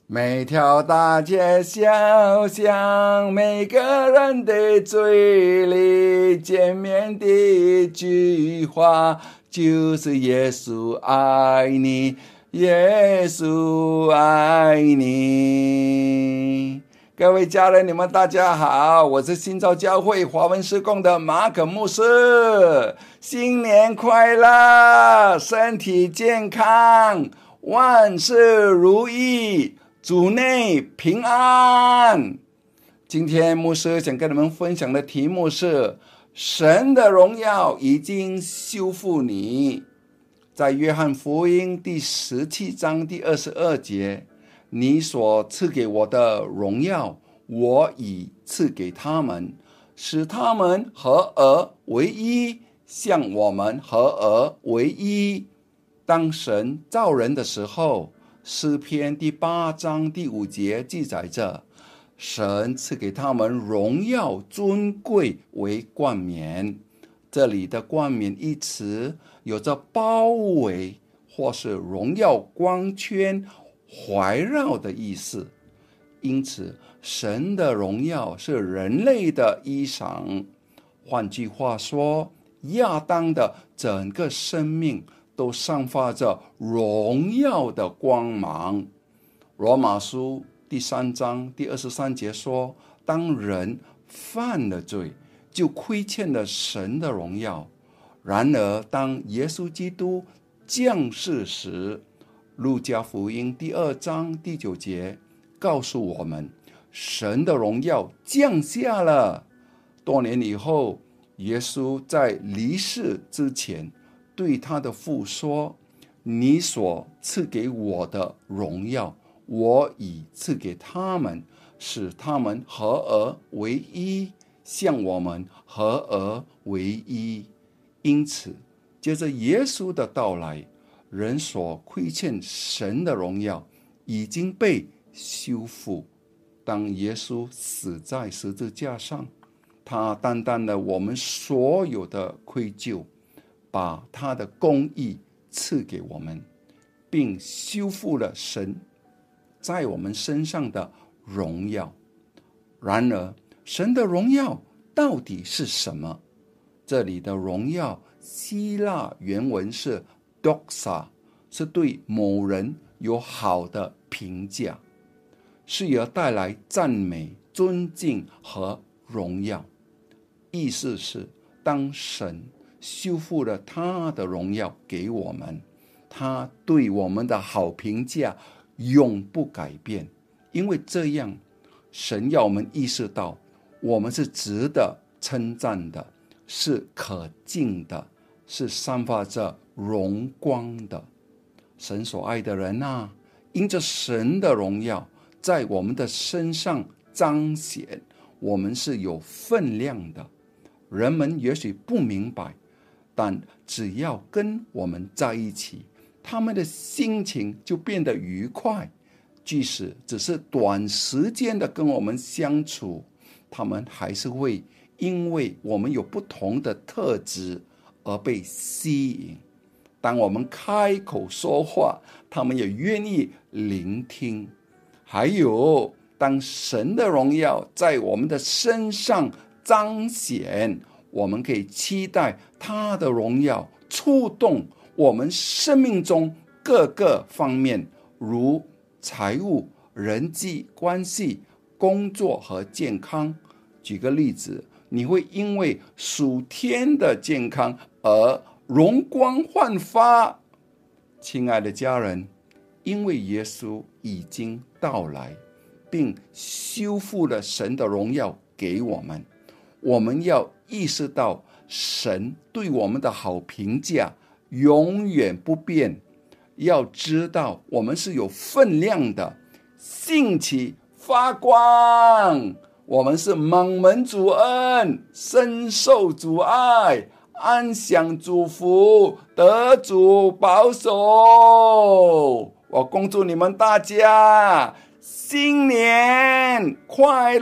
每条大街小巷，每个人的嘴里见面的一句话，就是耶稣爱你，耶稣爱你。各位家人，你们大家好，我是新造教会华文事工的马可牧师。新年快乐，身体健康，万事如意，主内平安。今天牧师想跟你们分享的题目是神的荣耀已经修复你。在约翰福音第17章第22节，你所赐给我的荣耀，我已赐给他们，使他们合而为一，像我们合而为一。当神造人的时候，诗篇第8章第5节记载着，神赐给他们荣耀尊贵为冠冕。这里的冠冕一词有着包围或是荣耀光圈环绕的意思，因此神的荣耀是人类的衣裳。换句话说，亚当的整个生命都散发着荣耀的光芒。罗马书第3章第23节说，当人犯了罪，就亏欠了神的荣耀。然而当耶稣基督降世时，路加福音第2章第9节告诉我们，神的荣耀降下了。多年以后，耶稣在离世之前对他的父说，你所赐给我的荣耀，我已赐给他们，使他们合而为一，像我们合而为一。因此接着耶稣的到来，人所亏欠神的荣耀已经被修复。当耶稣死在十字架上，他担当了我们所有的愧疚，把他的公义赐给我们，并修复了神在我们身上的荣耀。然而神的荣耀到底是什么？这里的荣耀希腊原文是 doxa， 是对某人有好的评价，是要带来赞美、尊敬和荣耀。意思是当神修复了他的荣耀给我们，他对我们的好评价永不改变，因为这样神要我们意识到我们是值得称赞的，是可敬的，是散发着荣光的。神所爱的人啊，因着神的荣耀在我们的身上彰显，我们是有分量的。人们也许不明白，但只要跟我们在一起，他们的心情就变得愉快。即使只是短时间的跟我们相处，他们还是会因为我们有不同的特质而被吸引。当我们开口说话，他们也愿意聆听。还有，当神的荣耀在我们的身上彰显，我们可以期待他的荣耀触动我们生命中各个方面，如财务、人际关系、工作和健康。举个例子，你会因为属天的健康而容光焕发。亲爱的家人，因为耶稣已经到来，并修复了神的荣耀给我们，我们要意识到神对我们的好评价永远不变。要知道我们是有分量的，兴起发光。我们是蒙蒙主恩，深受主爱，安享主福，得主保守。我恭祝你们大家新年快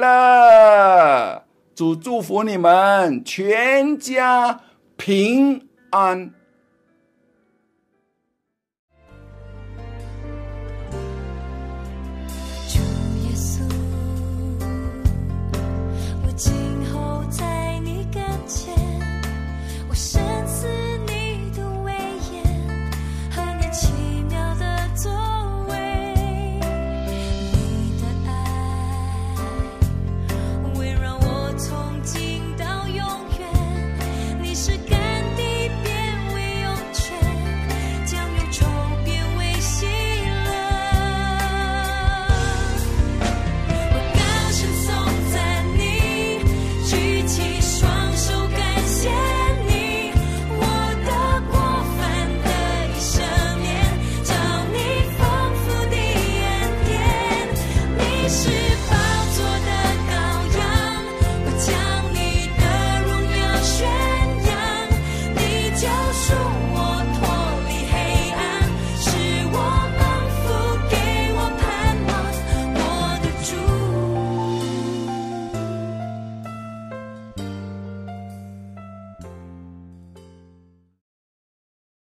乐，主祝福你们全家平安。